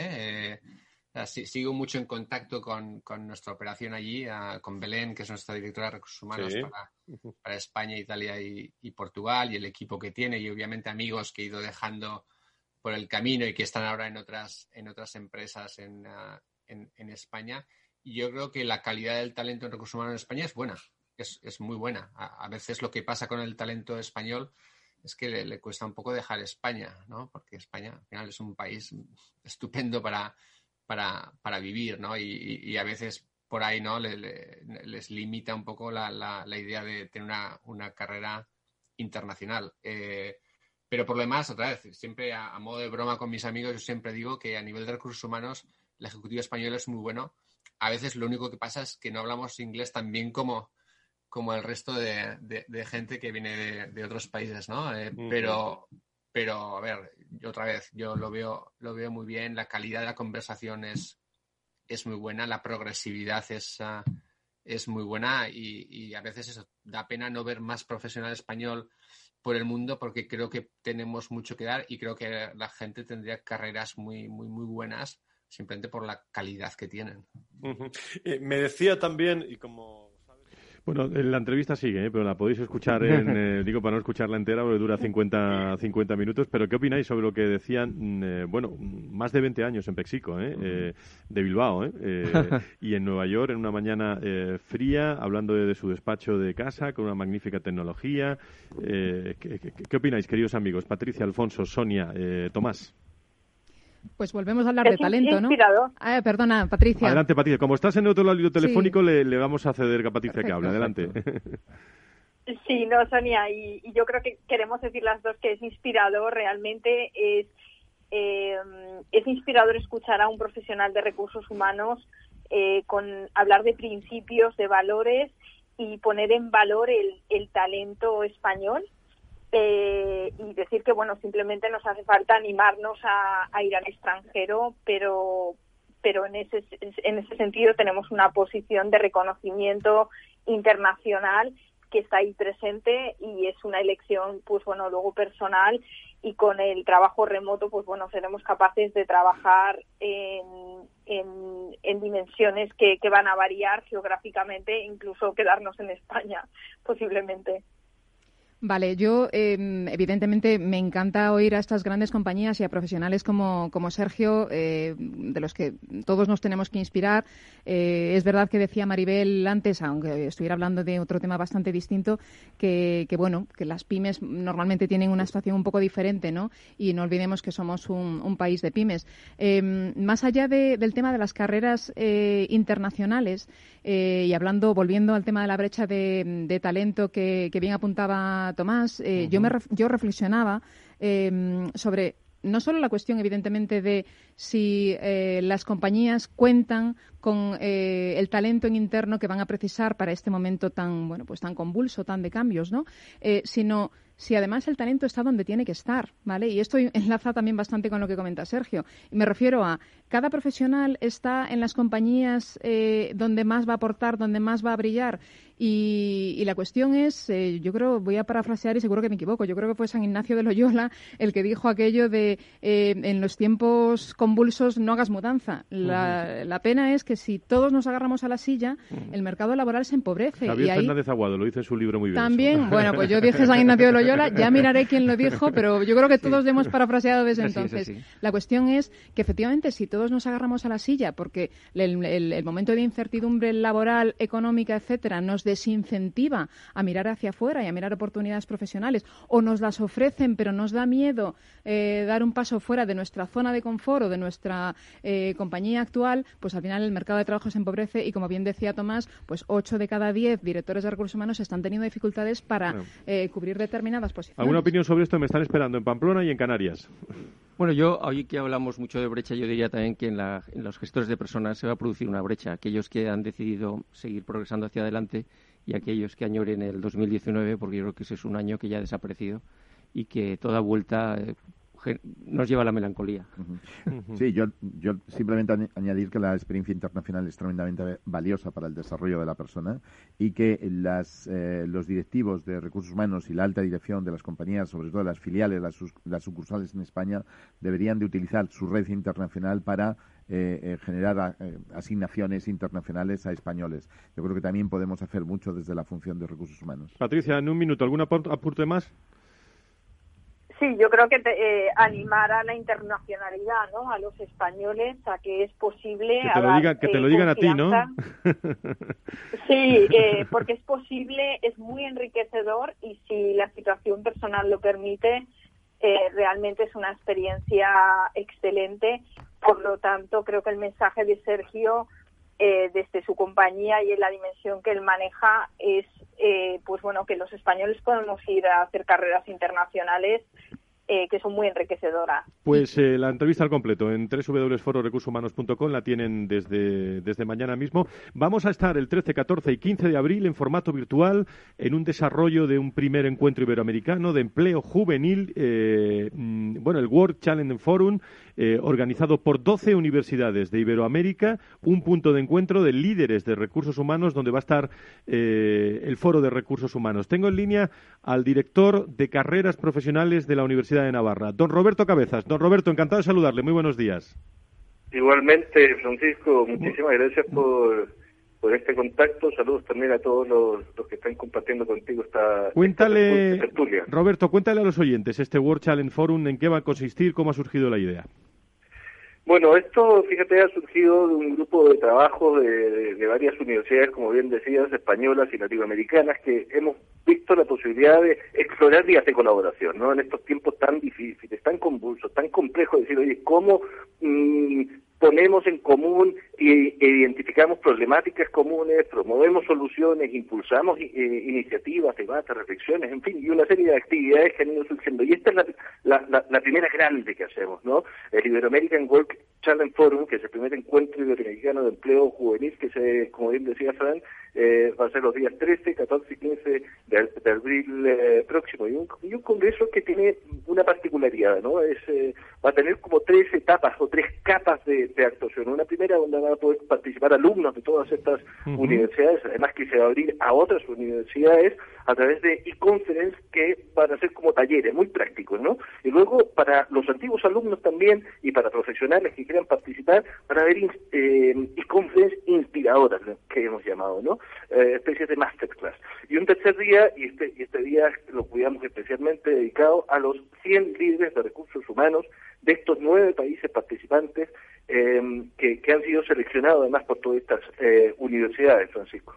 Sigo mucho en contacto con nuestra operación allí, con Belén, que es nuestra directora de Recursos Humanos para España, Italia y Portugal, y el equipo que tiene, y obviamente amigos que he ido dejando por el camino y que están ahora en otras empresas en España. yo creo que la calidad del talento en recursos humanos en España es buena, es muy buena. A veces lo que pasa con el talento español es que le cuesta un poco dejar España, ¿no? Porque España al final es un país estupendo para vivir, ¿no? Y a veces por ahí, ¿no? Les limita un poco la idea de tener una carrera internacional. Pero por lo demás, otra vez, siempre a modo de broma con mis amigos, yo siempre digo que a nivel de recursos humanos el ejecutivo español es muy bueno. A veces lo único que pasa es que no hablamos inglés tan bien como el resto de gente que viene de otros países, ¿no? Pero a ver, otra vez, yo lo veo muy bien, la calidad de la conversación es muy buena, la progresividad es muy buena y a veces eso, da pena no ver más profesional español por el mundo porque creo que tenemos mucho que dar y creo que la gente tendría carreras muy, muy, muy buenas simplemente por la calidad que tienen. Me decía también, y como... Bueno, la entrevista sigue, pero la podéis escuchar digo para no escucharla entera porque dura 50 minutos, pero ¿qué opináis sobre lo que decían, más de 20 años en Pexico, de Bilbao, y en Nueva York en una mañana fría, hablando de su despacho de casa con una magnífica tecnología? ¿Qué opináis, queridos amigos? Patricia, Alfonso, Sonia, Tomás. Pues volvemos a hablar de talento, ¿no? Perdona, Patricia. Adelante, Patricia. Como estás en otro lado telefónico, sí. le vamos a ceder a Patricia que hable. Adelante. Sí, no, Sonia, y yo creo que queremos decir las dos que es inspirador, realmente es inspirador escuchar a un profesional de recursos humanos hablar de principios, de valores y poner en valor el talento español. Y decir que simplemente nos hace falta animarnos a ir al extranjero, pero en ese sentido tenemos una posición de reconocimiento internacional que está ahí presente y es una elección luego personal, y con el trabajo remoto seremos capaces de trabajar en dimensiones que van a variar geográficamente, incluso quedarnos en España posiblemente. Vale, yo evidentemente me encanta oír a estas grandes compañías y a profesionales como Sergio, de los que todos nos tenemos que inspirar. Es verdad que decía Maribel antes, aunque estuviera hablando de otro tema bastante distinto, que las pymes normalmente tienen una situación un poco diferente, ¿no? Y no olvidemos que somos un país de pymes. Más allá del tema de las carreras internacionales, y volviendo al tema de la brecha de talento que bien apuntaba Tomás, yo reflexionaba sobre no solo la cuestión, evidentemente, de si las compañías cuentan con el talento en interno que van a precisar para este momento tan convulso, tan de cambios, ¿no? Sino si además el talento está donde tiene que estar, ¿vale? Y esto enlaza también bastante con lo que comenta Sergio. Y me refiero a cada profesional está en las compañías donde más va a aportar, donde más va a brillar. Y la cuestión es, yo creo, voy a parafrasear y seguro que me equivoco, yo creo que fue San Ignacio de Loyola el que dijo aquello de en los tiempos convulsos no hagas mudanza. La pena es que si todos nos agarramos a la silla, el mercado laboral se empobrece. Javier Fernández Aguado lo dice en su libro muy bien. También, pues yo dije San Ignacio de Loyola, ya miraré quién lo dijo, pero yo creo que todos hemos parafraseado desde entonces. Sí. La cuestión es que efectivamente si todos nos agarramos a la silla porque el momento de incertidumbre laboral, económica, etcétera, nos desincentiva a mirar hacia afuera y a mirar oportunidades profesionales, o nos las ofrecen pero nos da miedo dar un paso fuera de nuestra zona de confort o de nuestra compañía actual, pues al final el mercado de trabajo se empobrece y, como bien decía Tomás, pues 8 de cada 10 directores de recursos humanos están teniendo dificultades para cubrir determinadas posiciones. ¿Alguna opinión sobre esto? Me están esperando en Pamplona y en Canarias. Bueno, hoy que hablamos mucho de brecha, yo diría también que en los gestores de personas se va a producir una brecha. Aquellos que han decidido seguir progresando hacia adelante y aquellos que añoren el 2019, porque yo creo que ese es un año que ya ha desaparecido y que toda vuelta nos lleva a la melancolía. Sí, yo simplemente añadir que la experiencia internacional es tremendamente valiosa para el desarrollo de la persona y que los directivos de recursos humanos y la alta dirección de las compañías, sobre todo las filiales, las sucursales en España, deberían de utilizar su red internacional para generar asignaciones internacionales a españoles. Yo creo que también podemos hacer mucho desde la función de recursos humanos. Patricia, en un minuto, ¿algún apunte más? Sí, yo creo que animar a la internacionalidad, ¿no? A los españoles a que es posible. Que te lo digan a ti, ¿no? Sí, porque es posible, es muy enriquecedor y si la situación personal lo permite, realmente es una experiencia excelente. Por lo tanto, creo que el mensaje de Sergio desde su compañía y en la dimensión que él maneja es pues bueno, que los españoles podemos ir a hacer carreras internacionales que son muy enriquecedoras. Pues la entrevista al completo en www.fororecursoshumanos.com la tienen desde mañana mismo. Vamos a estar el 13, 14 y 15 de abril en formato virtual en un desarrollo de un primer encuentro iberoamericano de empleo juvenil, el World Challenge Forum, organizado por 12 universidades de Iberoamérica, un punto de encuentro de líderes de recursos humanos donde va a estar el Foro de Recursos Humanos. Tengo en línea al director de carreras profesionales de la Universidad de Navarra, don Roberto Cabezas. Don Roberto, encantado de saludarle. Muy buenos días. Igualmente, Francisco, muchísimas gracias por este contacto. Saludos también a todos los que están compartiendo contigo esta tertulia. Roberto, cuéntale a los oyentes este World Challenge Forum, en qué va a consistir, cómo ha surgido la idea. Bueno, esto, fíjate, ha surgido de un grupo de trabajo de varias universidades, como bien decías, españolas y latinoamericanas, que hemos visto la posibilidad de explorar vías de colaboración, ¿no? En estos tiempos tan difíciles, tan convulsos, tan complejos, decir, oye, ¿cómo ponemos en común e identificamos problemáticas comunes, promovemos soluciones, impulsamos iniciativas, debates, reflexiones, en fin, y una serie de actividades que han ido surgiendo? Y esta es la primera grande que hacemos, ¿no? El Iberoamerican Work Challenge Forum, que es el primer encuentro iberoamericano de empleo juvenil, que como bien decía Fran, va a ser los días 13, 14 y 15 de abril próximo. Y un congreso que tiene una particularidad, ¿no? Va a tener como 3 etapas o 3 capas de actuación. Una primera donde van a poder participar alumnos de todas estas universidades, además que se va a abrir a otras universidades a través de e-conference que van a ser como talleres muy prácticos, ¿no? Y luego para los antiguos alumnos también y para profesionales que quieran participar van a haber e-conference inspiradoras, que hemos llamado, ¿no? Especies de masterclass. Y un tercer día, y este día lo cuidamos especialmente dedicado a los 100 líderes de recursos humanos de estos 9 países participantes que han sido seleccionados además por todas estas universidades, Francisco.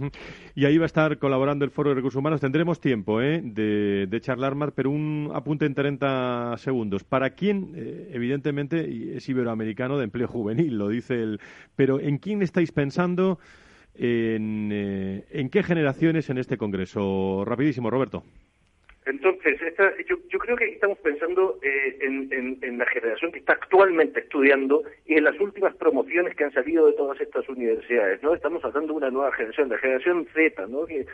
Y ahí va a estar colaborando el Foro de Recursos Humanos. Tendremos tiempo de charlar más, pero un apunte en 30 segundos. ¿Para quién, evidentemente, es iberoamericano de empleo juvenil, lo dice él, pero en quién estáis pensando, en qué generaciones en este congreso? Rapidísimo, Roberto. Entonces, yo creo que aquí estamos pensando en la generación que está actualmente estudiando y en las últimas promociones que han salido de todas estas universidades, ¿no? Estamos hablando de una nueva generación, la generación Z, ¿no? Que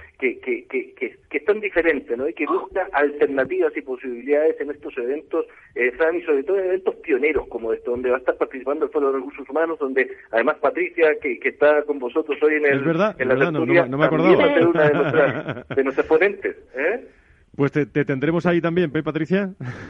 es tan diferente, ¿no? Y que busca alternativas y posibilidades en estos eventos, Fran, y sobre todo en eventos pioneros como esto, donde va a estar participando el Foro de Recursos Humanos, donde además Patricia, que está con vosotros hoy en la tertulia, no me acordaba. También va a ser una de nuestras ponentes, Pues te tendremos ahí también, Patricia.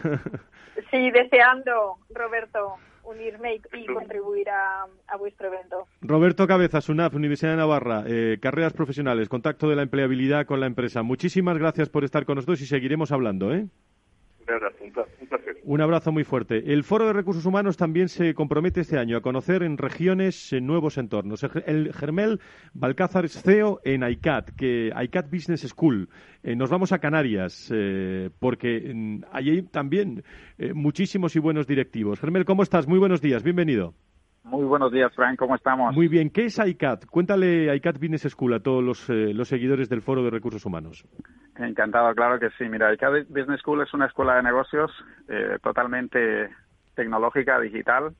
Sí, deseando, Roberto, unirme y contribuir a vuestro evento. Roberto Cabezas, UNAF, Universidad de Navarra, carreras profesionales, contacto de la empleabilidad con la empresa. Muchísimas gracias por estar con nosotros y seguiremos hablando, ¿eh? Un abrazo, un placer. Un abrazo muy fuerte. El Foro de Recursos Humanos también se compromete este año a conocer en regiones nuevos entornos. El Germel Balcázar es CEO en ICAT, ICAT Business School. Nos vamos a Canarias, porque allí hay también muchísimos y buenos directivos. Germel, ¿cómo estás? Muy buenos días, bienvenido. Muy buenos días, Frank, ¿cómo estamos? Muy bien, ¿qué es ICAT? Cuéntale ICAT Business School a todos los seguidores del Foro de Recursos Humanos. Encantado, claro que sí. Mira, ICAT Business School es una escuela de negocios totalmente tecnológica, digital,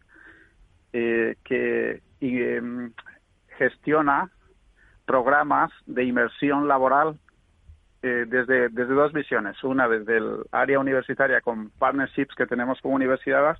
que gestiona programas de inmersión laboral desde 2 visiones. Una desde el área universitaria con partnerships que tenemos con universidades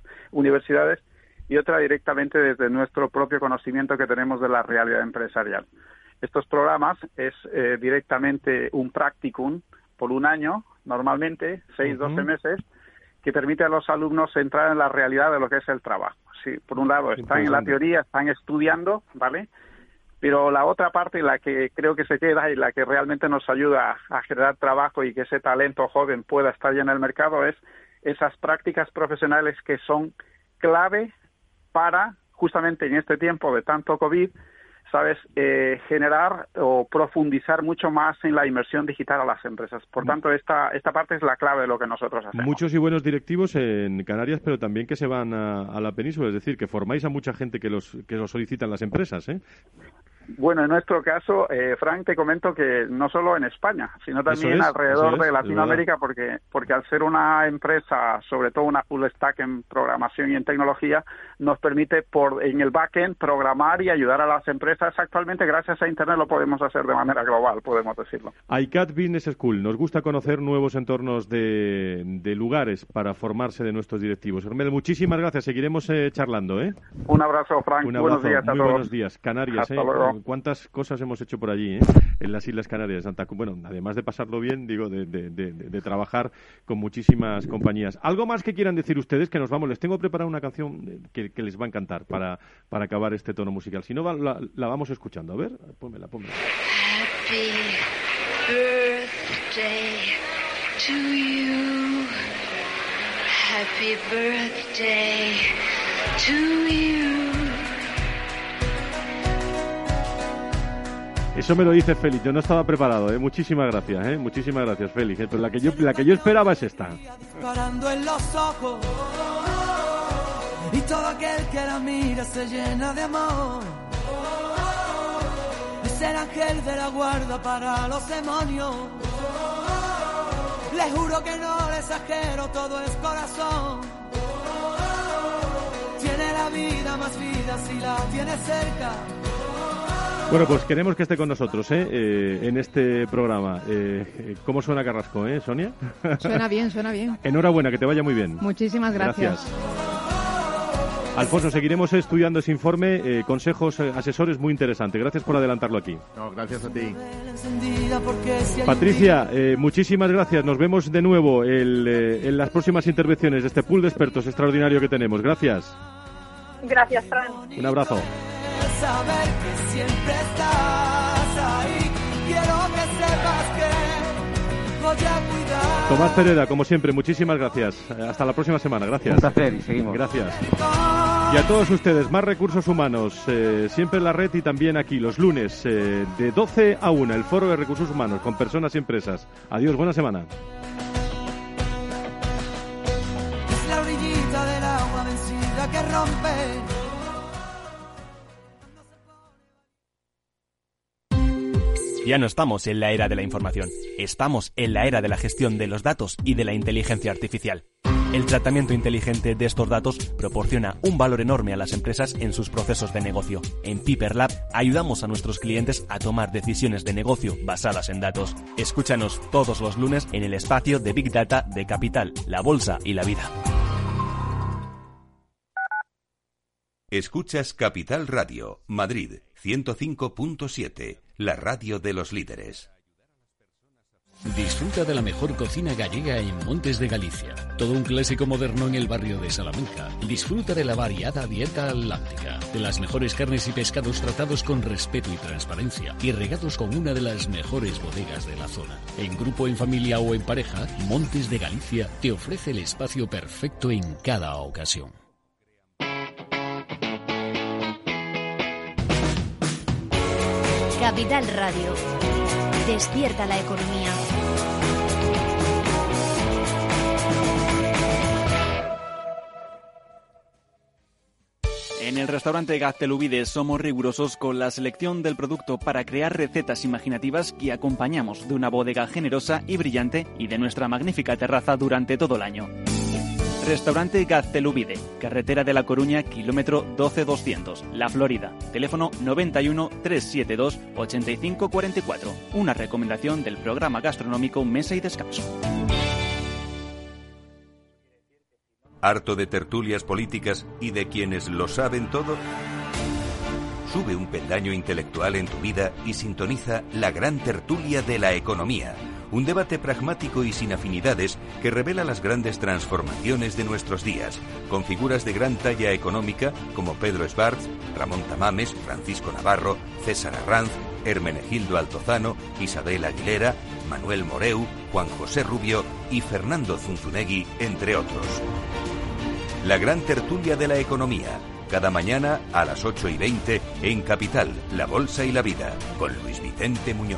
y otra directamente desde nuestro propio conocimiento que tenemos de la realidad empresarial. Estos programas es directamente un practicum por un año, normalmente, 6-12 meses, que permite a los alumnos entrar en la realidad de lo que es el trabajo. Sí, por un lado, están en la teoría, están estudiando, ¿vale? Pero la otra parte, la que creo que se queda y la que realmente nos ayuda a generar trabajo y que ese talento joven pueda estar ya en el mercado es esas prácticas profesionales que son clave para, justamente en este tiempo de tanto COVID, ¿sabes?, generar o profundizar mucho más en la inmersión digital a las empresas. Por tanto, esta parte es la clave de lo que nosotros hacemos. Muchos y buenos directivos en Canarias, pero también que se van a la península, es decir, que formáis a mucha gente que los solicitan las empresas, ¿eh? Bueno, en nuestro caso, Frank, te comento que no solo en España, sino también alrededor de Latinoamérica, porque al ser una empresa, sobre todo una full stack en programación y en tecnología, nos permite en el backend programar y ayudar a las empresas. Actualmente, gracias a Internet, lo podemos hacer de manera global, podemos decirlo. ICAT Business School, nos gusta conocer nuevos entornos de lugares para formarse de nuestros directivos. Hermel, muchísimas gracias, seguiremos charlando, ¿eh? Un abrazo, Frank. Un abrazo. Buenos días a todos. Muy buenos días. Canarias, Hasta luego. Cuántas cosas hemos hecho por allí, en las Islas Canarias, Santa Cruz. Bueno, además de pasarlo bien, digo, de trabajar con muchísimas compañías. ¿Algo más que quieran decir ustedes? Que nos vamos. Les tengo preparada una canción que les va a encantar para acabar este tono musical. Si no, la vamos escuchando. A ver, pónmela. Happy birthday to you. Happy birthday to you. Eso me lo dice Félix, yo no estaba preparado, muchísimas gracias Félix, pero la que yo esperaba es esta. Disparando en los ojos y todo aquel que la mira se llena de amor. Es el ángel de la guarda para los demonios. Le juro que no le exagero, todo es corazón. Tiene la vida más vida si la tiene cerca. Bueno, pues queremos que esté con nosotros en este programa. ¿Cómo suena Carrasco, Sonia? Suena bien. Enhorabuena, que te vaya muy bien. Muchísimas gracias. Alfonso, seguiremos estudiando ese informe, consejos, asesores muy interesantes. Gracias por adelantarlo aquí. No, gracias a ti. Patricia, muchísimas gracias. Nos vemos de nuevo en las próximas intervenciones de este pool de expertos extraordinario que tenemos. Gracias. Gracias, Fran. Un abrazo. Saber que siempre estás ahí. Quiero que sepas que voy a cuidar. Tomás Pereda, como siempre, muchísimas gracias. Hasta la próxima semana. Gracias. Un placer y seguimos. Gracias. Y a todos ustedes, más recursos humanos, siempre en la red y también aquí, los lunes, de 12 a 1, el Foro de Recursos Humanos con personas y empresas. Adiós, buena semana. Es la orillita del agua vencida que rompe. Ya no estamos en la era de la información, estamos en la era de la gestión de los datos y de la inteligencia artificial. El tratamiento inteligente de estos datos proporciona un valor enorme a las empresas en sus procesos de negocio. En Piper Lab ayudamos a nuestros clientes a tomar decisiones de negocio basadas en datos. Escúchanos todos los lunes en el espacio de Big Data de Capital, la Bolsa y la Vida. Escuchas Capital Radio, Madrid, 105.7, la radio de los líderes. Disfruta de la mejor cocina gallega en Montes de Galicia. Todo un clásico moderno en el barrio de Salamanca. Disfruta de la variada dieta atlántica, de las mejores carnes y pescados tratados con respeto y transparencia y regados con una de las mejores bodegas de la zona. En grupo, en familia o en pareja, Montes de Galicia te ofrece el espacio perfecto en cada ocasión. Capital Radio. Despierta la economía. En el restaurante Gaztelubides somos rigurosos con la selección del producto para crear recetas imaginativas que acompañamos de una bodega generosa y brillante y de nuestra magnífica terraza durante todo el año. Restaurante Gaztelubide, carretera de La Coruña, kilómetro 12200, La Florida. Teléfono 91 372 8544. Una recomendación del programa gastronómico Mesa y Descanso. ¿Harto de tertulias políticas y de quienes lo saben todo? Sube un peldaño intelectual en tu vida y sintoniza la gran tertulia de la economía. Un debate pragmático y sin afinidades que revela las grandes transformaciones de nuestros días, con figuras de gran talla económica como Pedro Esbarz, Ramón Tamames, Francisco Navarro, César Arranz, Hermenegildo Altozano, Isabel Aguilera, Manuel Moreu, Juan José Rubio y Fernando Zunzunegui, entre otros. La gran tertulia de la economía, cada mañana a las 8:20 en Capital, La Bolsa y la Vida, con Luis Vicente Muñoz.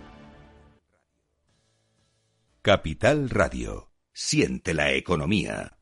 Capital Radio. Siente la economía.